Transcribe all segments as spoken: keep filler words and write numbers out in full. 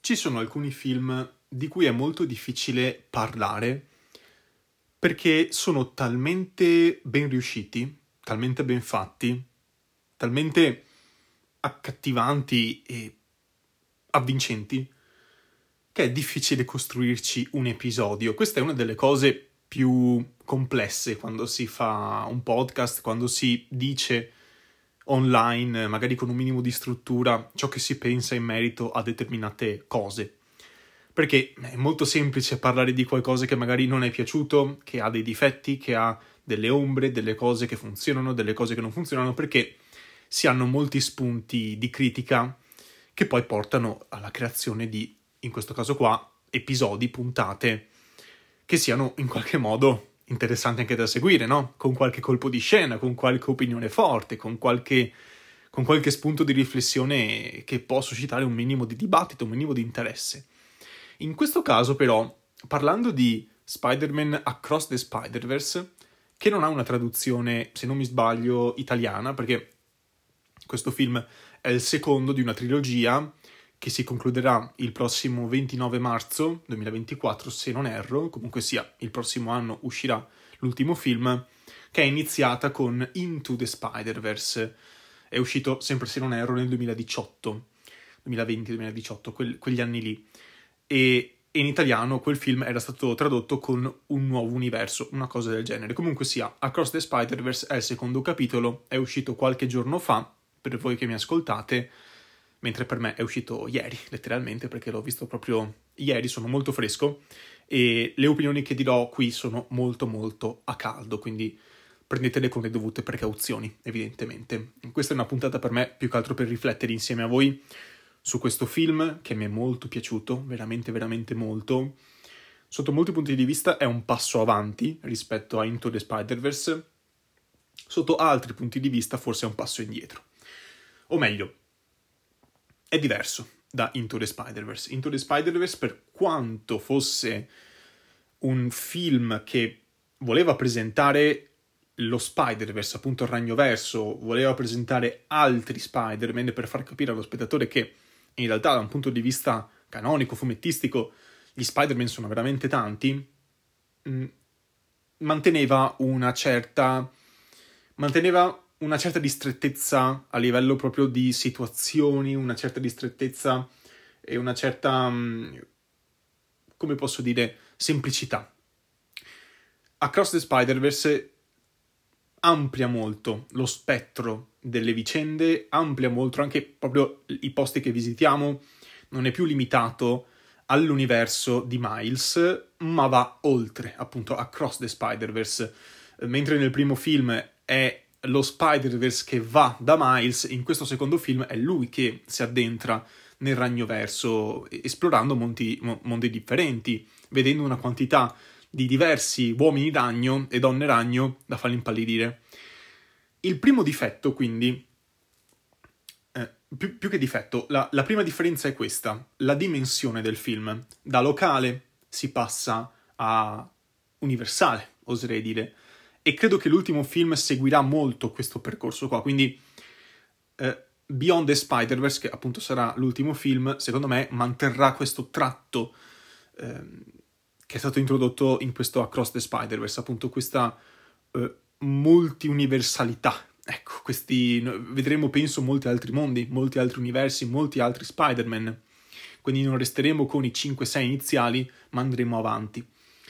Ci sono alcuni film di cui è molto difficile parlare perché sono talmente ben riusciti, talmente ben fatti, talmente accattivanti e avvincenti che è difficile costruirci un episodio. Questa è una delle cose più complesse quando si fa un podcast, quando si dice online, magari con un minimo di struttura, ciò che si pensa in merito a determinate cose. Perché è molto semplice parlare di qualcosa che magari non è piaciuto, che ha dei difetti, che ha delle ombre, delle cose che funzionano, delle cose che non funzionano, perché si hanno molti spunti di critica che poi portano alla creazione di, in questo caso qua, episodi, puntate, che siano in qualche modo interessanti anche da seguire, no? Con qualche colpo di scena, con qualche opinione forte, con qualche, con qualche spunto di riflessione che può suscitare un minimo di dibattito, un minimo di interesse. In questo caso, però, parlando di Spider-Man Across the Spider-Verse, che non ha una traduzione, se non mi sbaglio, italiana, perché questo film è il secondo di una trilogia che si concluderà il prossimo ventinove marzo duemilaventiquattro, se non erro, comunque sia, il prossimo anno uscirà l'ultimo film, che è iniziata con Into the Spider-Verse. È uscito, sempre se non erro, nel duemiladiciotto, duemilaventi duemiladiciotto, quel, quegli anni lì. E in italiano quel film era stato tradotto con Un nuovo universo, una cosa del genere. Comunque sia, Across the Spider-Verse è il secondo capitolo, è uscito qualche giorno fa, per voi che mi ascoltate, mentre per me è uscito ieri, letteralmente, perché l'ho visto proprio ieri, sono molto fresco, e le opinioni che dirò qui sono molto molto a caldo, quindi prendetele con le dovute precauzioni, evidentemente. Questa è una puntata per me più che altro per riflettere insieme a voi su questo film che mi è molto piaciuto, veramente veramente molto. Sotto molti punti di vista è un passo avanti rispetto a Into the Spider-Verse, sotto altri punti di vista forse è un passo indietro. O meglio, è diverso da Into the Spider-Verse. Into the Spider-Verse, per quanto fosse un film che voleva presentare lo Spider-Verse, appunto il Ragnoverso, voleva presentare altri Spider-Man per far capire allo spettatore che in realtà da un punto di vista canonico, fumettistico, gli Spider-Man sono veramente tanti, mh, manteneva una certa manteneva una certa ristrettezza a livello proprio di situazioni, una certa ristrettezza e una certa, mh, come posso dire, semplicità. Across the Spider-Verse amplia molto lo spettro delle vicende, amplia molto anche proprio i posti che visitiamo, non è più limitato all'universo di Miles, ma va oltre, appunto, Across the Spider-Verse. Mentre nel primo film è lo Spider-Verse che va da Miles, in questo secondo film è lui che si addentra nel Ragnoverso, esplorando mondi, mondi differenti, vedendo una quantità di diversi uomini ragno e donne ragno da farli impallidire. Il primo difetto, quindi, eh, più, più che difetto, la, la prima differenza è questa, la dimensione del film. Da locale si passa a universale, oserei dire, e credo che l'ultimo film seguirà molto questo percorso qua, quindi eh, Beyond the Spider-Verse, che appunto sarà l'ultimo film, secondo me manterrà questo tratto eh, che è stato introdotto in questo Across the Spider-Verse, appunto questa eh, multi-universalità. Ecco, questi vedremo, penso, molti altri mondi, molti altri universi, molti altri Spider-Man. Quindi non resteremo con i cinque sei iniziali, ma andremo avanti.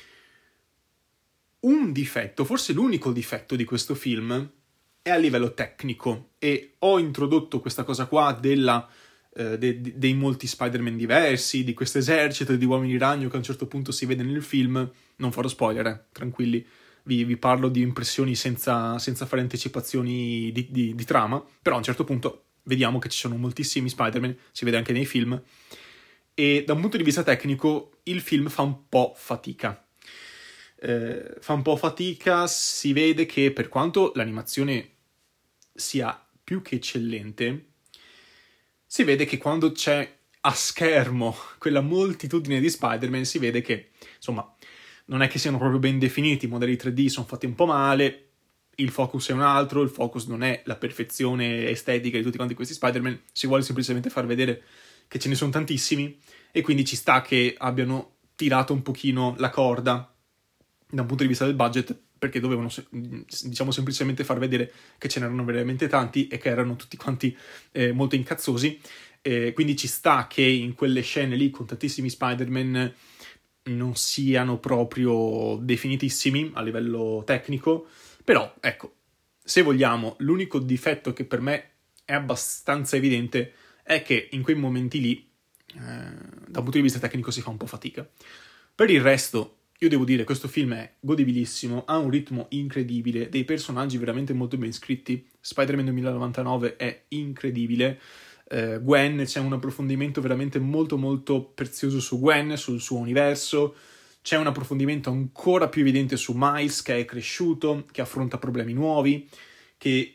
Un difetto, forse l'unico difetto di questo film, è a livello tecnico, e ho introdotto questa cosa qua della eh, de, de, dei molti Spider-Man diversi, di questo esercito di uomini ragno che a un certo punto si vede nel film. Non farò spoiler, eh, tranquilli, vi, vi parlo di impressioni senza, senza fare anticipazioni di, di, di trama, però a un certo punto vediamo che ci sono moltissimi Spider-Man, si vede anche nei film, e da un punto di vista tecnico il film fa un po' fatica. Eh, fa un po' fatica, si vede che per quanto l'animazione sia più che eccellente, si vede che quando c'è a schermo quella moltitudine di Spider-Man si vede che, insomma, non è che siano proprio ben definiti, i modelli tre D sono fatti un po' male, il focus è un altro, il focus non è la perfezione estetica di tutti quanti questi Spider-Man, si vuole semplicemente far vedere che ce ne sono tantissimi, e quindi ci sta che abbiano tirato un pochino la corda da un punto di vista del budget, perché dovevano, diciamo, semplicemente far vedere che ce n'erano veramente tanti e che erano tutti quanti eh, molto incazzosi. Eh, quindi ci sta che in quelle scene lì con tantissimi Spider-Man non siano proprio definitissimi a livello tecnico, però ecco, se vogliamo, l'unico difetto che per me è abbastanza evidente è che in quei momenti lì, eh, da un punto di vista tecnico, si fa un po' fatica. Per il resto, io devo dire, questo film è godibilissimo, ha un ritmo incredibile, dei personaggi veramente molto ben scritti. Spider-Man duemilanovantanove è incredibile. Uh, Gwen, c'è un approfondimento veramente molto molto prezioso su Gwen, sul suo universo. C'è un approfondimento ancora più evidente su Miles, che è cresciuto, che affronta problemi nuovi, che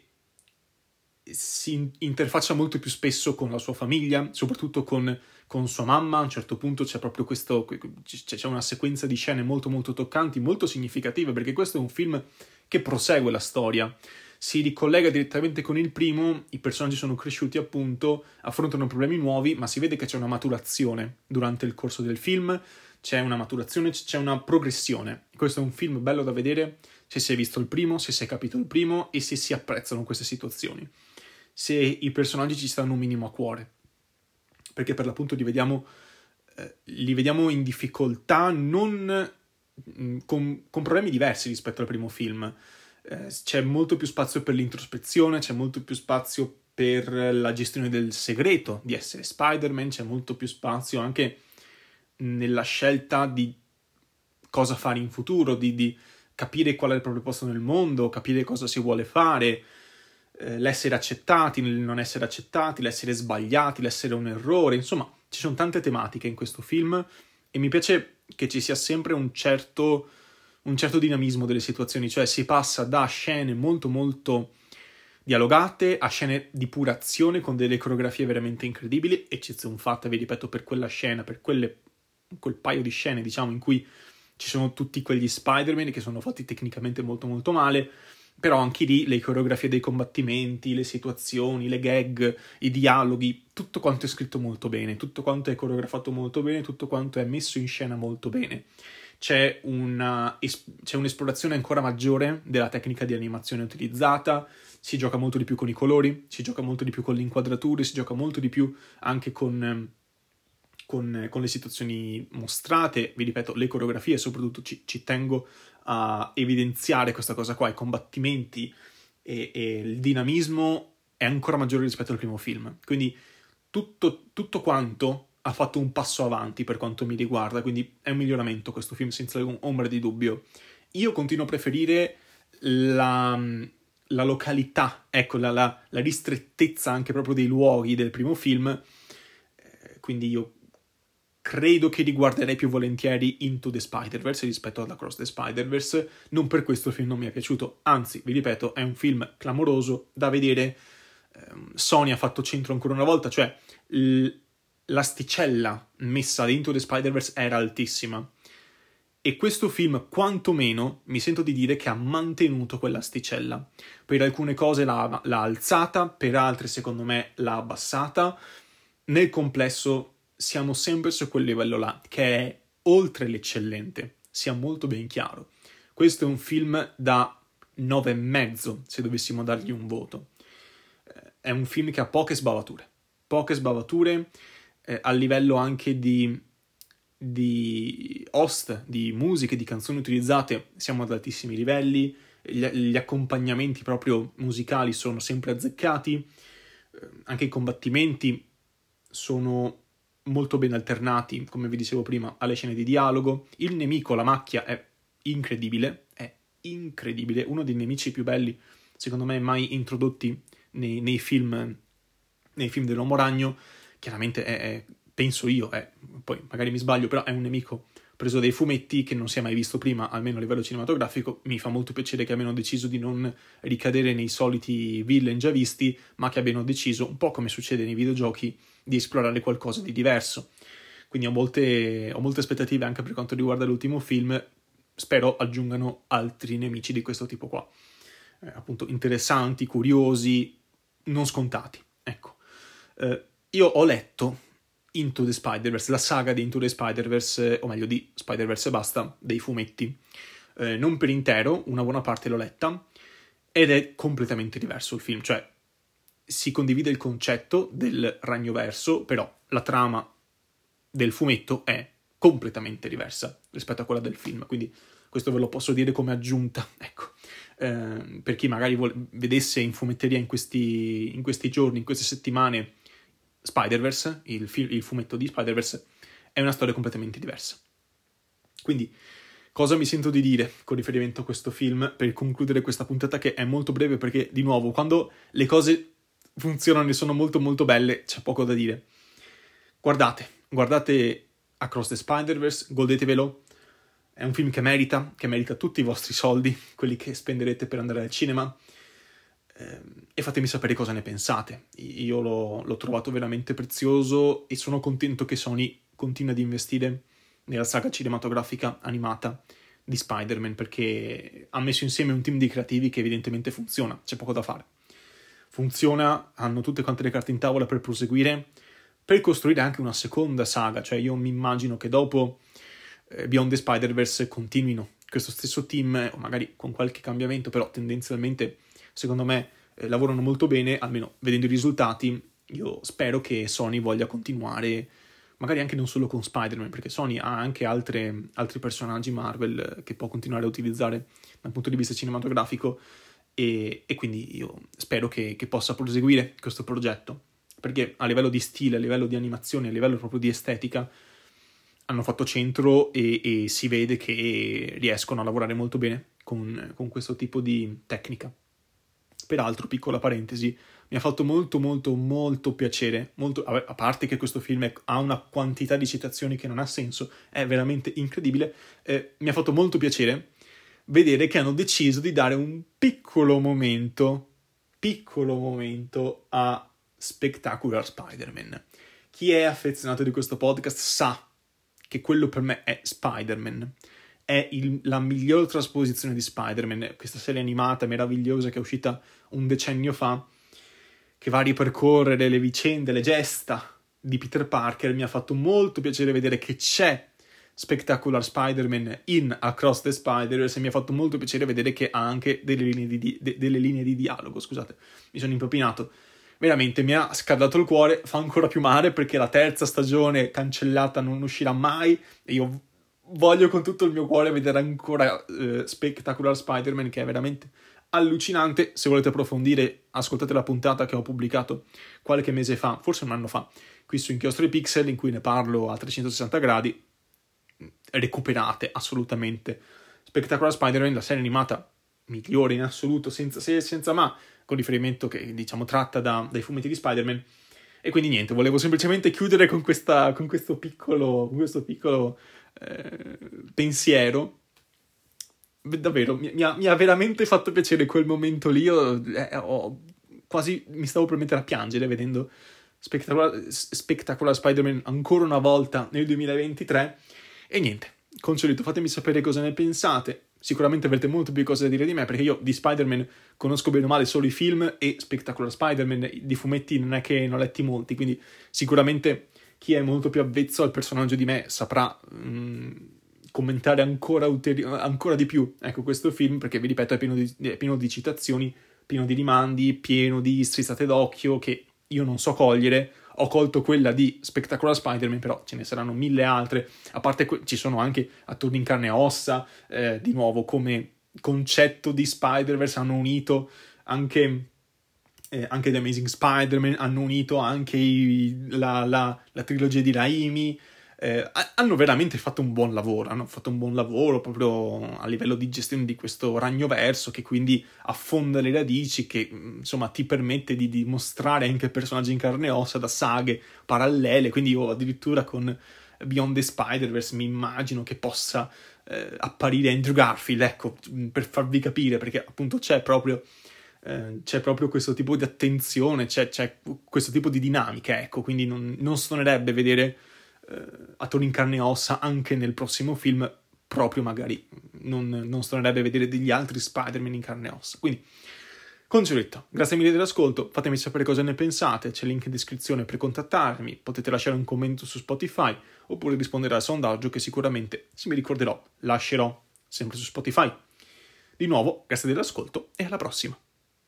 si interfaccia molto più spesso con la sua famiglia, soprattutto con, con sua mamma. A un certo punto c'è proprio questo, c'è una sequenza di scene molto molto toccanti, molto significative, perché questo è un film che prosegue la storia, si ricollega direttamente con il primo, i personaggi sono cresciuti appunto, affrontano problemi nuovi, ma si vede che c'è una maturazione durante il corso del film, c'è una maturazione, c'è una progressione. Questo è un film bello da vedere se si è visto il primo, se si è capito il primo e se si apprezzano queste situazioni, se i personaggi ci stanno un minimo a cuore, perché per l'appunto li vediamo, eh, li vediamo in difficoltà, non mh, con, con problemi diversi rispetto al primo film. Eh, c'è molto più spazio per l'introspezione, c'è molto più spazio per la gestione del segreto di essere Spider-Man, c'è molto più spazio anche nella scelta di cosa fare in futuro, di, di capire qual è il proprio posto nel mondo, capire cosa si vuole fare, eh, l'essere accettati, il non essere accettati, l'essere sbagliati, l'essere un errore. Insomma, ci sono tante tematiche in questo film e mi piace che ci sia sempre un certo, un certo dinamismo delle situazioni, cioè si passa da scene molto molto dialogate a scene di pura azione con delle coreografie veramente incredibili, eccezione fatta, vi ripeto, per quella scena, per quelle, quel paio di scene, diciamo, in cui ci sono tutti quegli Spider-Man che sono fatti tecnicamente molto molto male, però anche lì le coreografie dei combattimenti, le situazioni, le gag, i dialoghi, tutto quanto è scritto molto bene, tutto quanto è coreografato molto bene, tutto quanto è messo in scena molto bene. C'è, una, c'è un'esplorazione ancora maggiore della tecnica di animazione utilizzata, si gioca molto di più con i colori, si gioca molto di più con le inquadrature, si gioca molto di più anche con, con, con le situazioni mostrate. Vi ripeto, le coreografie, soprattutto ci, ci tengo a evidenziare questa cosa qua, i combattimenti e, e il dinamismo è ancora maggiore rispetto al primo film. Quindi tutto, tutto quanto ha fatto un passo avanti per quanto mi riguarda, quindi è un miglioramento questo film senza ombra di dubbio. Io continuo a preferire la, la località, ecco, la, la, la ristrettezza anche proprio dei luoghi del primo film, eh, quindi io credo che riguarderei più volentieri Into the Spider-Verse rispetto ad Across the Spider-Verse. Non per questo il film non mi è piaciuto, anzi, vi ripeto, è un film clamoroso da vedere. Sony ha fatto centro ancora una volta, cioè l- l'asticella messa dentro The Spider-Verse era altissima e questo film quantomeno mi sento di dire che ha mantenuto quell'asticella. Per alcune cose l'ha, l'ha alzata, per altre secondo me l'ha abbassata. Nel complesso siamo sempre su quel livello là, che è oltre l'eccellente, sia molto ben chiaro. Questo è un film da nove e mezzo, se dovessimo dargli un voto. È un film che ha poche sbavature, poche sbavature eh, a livello anche di, di host, di musiche, di canzoni utilizzate, siamo ad altissimi livelli, gli, gli accompagnamenti proprio musicali sono sempre azzeccati, eh, anche i combattimenti sono molto ben alternati, come vi dicevo prima, alle scene di dialogo. Il nemico, la macchia, è incredibile, è incredibile, uno dei nemici più belli, secondo me, mai introdotti nei, nei film nei film dell'Uomo Ragno. Chiaramente è, è penso io, è, poi magari mi sbaglio, però è un nemico preso dai fumetti che non si è mai visto prima, almeno a livello cinematografico. Mi fa molto piacere che abbiano deciso di non ricadere nei soliti villain già visti, ma che abbiano deciso, un po' come succede nei videogiochi, di esplorare qualcosa di diverso. Quindi ho molte, ho molte aspettative anche per quanto riguarda l'ultimo film. Spero aggiungano altri nemici di questo tipo qua, eh, appunto interessanti, curiosi, non scontati. Ecco, eh, io ho letto Into the Spider-Verse, la saga di Into the Spider-Verse, o meglio di Spider-Verse e basta, dei fumetti. Eh, non per intero, una buona parte l'ho letta, ed è completamente diverso il film, cioè si condivide il concetto del ragnoverso, però la trama del fumetto è completamente diversa rispetto a quella del film, quindi questo ve lo posso dire come aggiunta, ecco. Eh, per chi magari vuole, vedesse in fumetteria in questi, in questi giorni, in queste settimane, Spider-Verse, il, film, il fumetto di Spider-Verse, è una storia completamente diversa. Quindi, cosa mi sento di dire con riferimento a questo film per concludere questa puntata, che è molto breve perché, di nuovo, quando le cose funzionano e sono molto molto belle, c'è poco da dire. Guardate, guardate Across the Spider-Verse, godetevelo. È un film che merita, che merita tutti i vostri soldi, quelli che spenderete per andare al cinema. E fatemi sapere cosa ne pensate. Io l'ho, l'ho trovato veramente prezioso e sono contento che Sony continua ad investire nella saga cinematografica animata di Spider-Man, perché ha messo insieme un team di creativi che evidentemente funziona, c'è poco da fare. Funziona, hanno tutte quante le carte in tavola per proseguire, per costruire anche una seconda saga, cioè io mi immagino che dopo eh, Beyond the Spider-Verse continuino questo stesso team, o magari con qualche cambiamento, però tendenzialmente secondo me eh, lavorano molto bene, almeno vedendo i risultati. Io spero che Sony voglia continuare, magari anche non solo con Spider-Man, perché Sony ha anche altre, altri personaggi Marvel che può continuare a utilizzare dal punto di vista cinematografico, e, e quindi io spero che, che possa proseguire questo progetto, perché a livello di stile, a livello di animazione, a livello proprio di estetica hanno fatto centro, e, e si vede che riescono a lavorare molto bene con, con questo tipo di tecnica. Peraltro, piccola parentesi, mi ha fatto molto molto molto piacere, molto, a parte che questo film è, ha una quantità di citazioni che non ha senso, è veramente incredibile, eh, mi ha fatto molto piacere vedere che hanno deciso di dare un piccolo momento, piccolo momento a Spectacular Spider-Man. Chi è affezionato di questo podcast sa che quello per me è Spider-Man. È il, la miglior trasposizione di Spider-Man, questa serie animata meravigliosa che è uscita un decennio fa, che va a ripercorrere le vicende, le gesta di Peter Parker. Mi ha fatto molto piacere vedere che c'è Spectacular Spider-Man in Across the Spider-Verse, e mi ha fatto molto piacere vedere che ha anche delle linee di, di, de, delle linee di dialogo. Scusate, mi sono impropinato. Veramente mi ha scaldato il cuore, fa ancora più male perché la terza stagione cancellata non uscirà mai, e io voglio con tutto il mio cuore vedere ancora eh, Spectacular Spider-Man, che è veramente allucinante. Se volete approfondire, ascoltate la puntata che ho pubblicato qualche mese fa, forse un anno fa, qui su Inchiostro e Pixel, in cui ne parlo a trecentosessanta gradi. Recuperate assolutamente Spectacular Spider-Man, la serie animata migliore in assoluto, senza se senza ma, con riferimento che diciamo tratta da, dai fumetti di Spider-Man. E quindi niente, volevo semplicemente chiudere con questa con questo piccolo con questo piccolo eh, pensiero. Davvero mi, mi, ha, mi ha veramente fatto piacere quel momento lì. Io eh, ho quasi mi stavo per mettere a piangere vedendo Spectacular, Spectacular Spider-Man ancora una volta nel duemilaventitré. E niente, consolito, fatemi sapere cosa ne pensate. Sicuramente avrete molto più cose da dire di me, perché io di Spider-Man conosco bene o male solo i film, e Spectacular Spider-Man di fumetti non è che ne ho letti molti, quindi sicuramente chi è molto più avvezzo al personaggio di me saprà mh, commentare ancora, ulteri- ancora di più, ecco, questo film, perché vi ripeto è pieno di, è pieno di citazioni, pieno di rimandi, pieno di strizzate d'occhio che io non so cogliere. Ho colto quella di Spectacular Spider-Man, però ce ne saranno mille altre. A parte que- ci sono anche attori in carne e ossa, eh, di nuovo come concetto di Spider-Verse hanno unito anche, eh, anche The Amazing Spider-Man, hanno unito anche i, la, la, la trilogia di Raimi. Eh, hanno veramente fatto un buon lavoro, hanno fatto un buon lavoro proprio a livello di gestione di questo ragnoverso, che quindi affonda le radici, che insomma ti permette di dimostrare anche personaggi in carne e ossa da saghe parallele. Quindi io addirittura con Beyond the Spider-Verse mi immagino che possa eh, apparire Andrew Garfield, ecco, per farvi capire, perché appunto c'è proprio eh, c'è proprio questo tipo di attenzione, c'è, c'è questo tipo di dinamica, ecco, quindi non, non suonerebbe vedere Uh, attori in carne e ossa anche nel prossimo film, proprio magari non, non stonerebbe vedere degli altri Spider-Man in carne e ossa. Quindi Consueto, grazie mille dell'ascolto, fatemi sapere cosa ne pensate, c'è il link in descrizione per contattarmi, potete lasciare un commento su Spotify oppure rispondere al sondaggio che sicuramente, se mi ricorderò, lascerò sempre su Spotify. Di nuovo, grazie dell'ascolto e alla prossima!